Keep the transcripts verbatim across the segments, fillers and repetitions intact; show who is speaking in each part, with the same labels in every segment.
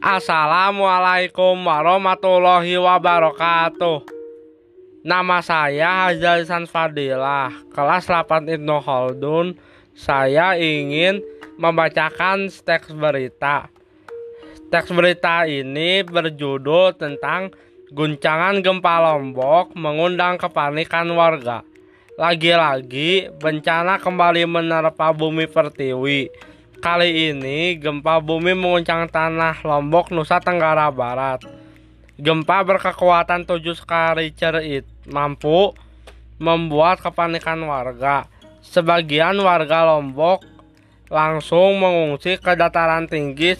Speaker 1: Assalamualaikum warahmatullahi wabarakatuh. Nama saya Hazal Ihsan Fadilah, kelas delapan Ibnu Khaldun. Saya ingin membacakan teks berita. Teks berita ini berjudul tentang guncangan gempa Lombok mengundang kepanikan warga. Lagi-lagi bencana kembali menerpa bumi pertiwi. Kali ini gempa bumi mengguncang tanah Lombok, Nusa Tenggara Barat. Gempa berkekuatan tujuh skala Richter itu mampu membuat kepanikan warga. Sebagian warga Lombok langsung mengungsi ke dataran tinggi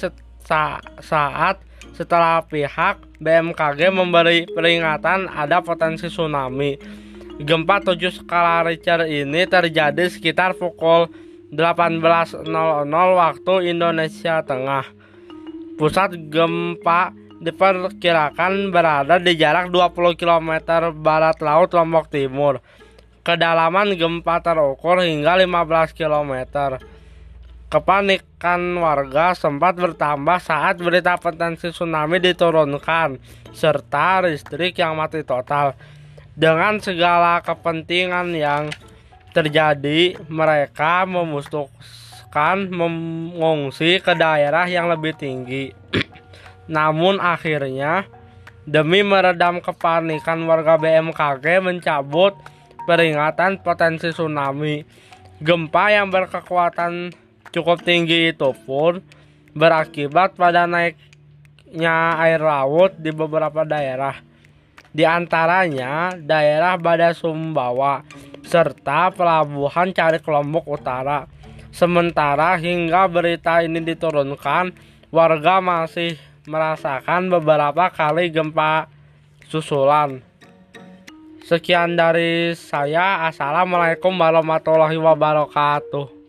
Speaker 1: saat setelah pihak B M K G memberi peringatan ada potensi tsunami. Gempa tujuh skala Richter ini terjadi sekitar pukul delapan belas nol nol waktu Indonesia Tengah. Pusat gempa diperkirakan berada di jarak dua puluh kilometer barat laut Lombok Timur. Kedalaman gempa terukur hingga lima belas kilometer. Kepanikan warga sempat bertambah saat berita potensi tsunami diturunkan, serta listrik yang mati total. Dengan segala kepentingan yang terjadi, mereka memutuskan mengungsi ke daerah yang lebih tinggi. Namun akhirnya, demi meredam kepanikan warga, B M K G mencabut peringatan potensi tsunami. Gempa yang berkekuatan cukup tinggi itu pun berakibat pada naiknya air laut di beberapa daerah, di antaranya daerah Bada Sumbawa serta pelabuhan Carik Lombok Utara. Sementara hingga berita ini diturunkan, warga masih merasakan beberapa kali gempa susulan. Sekian dari saya. Assalamualaikum warahmatullahi wabarakatuh.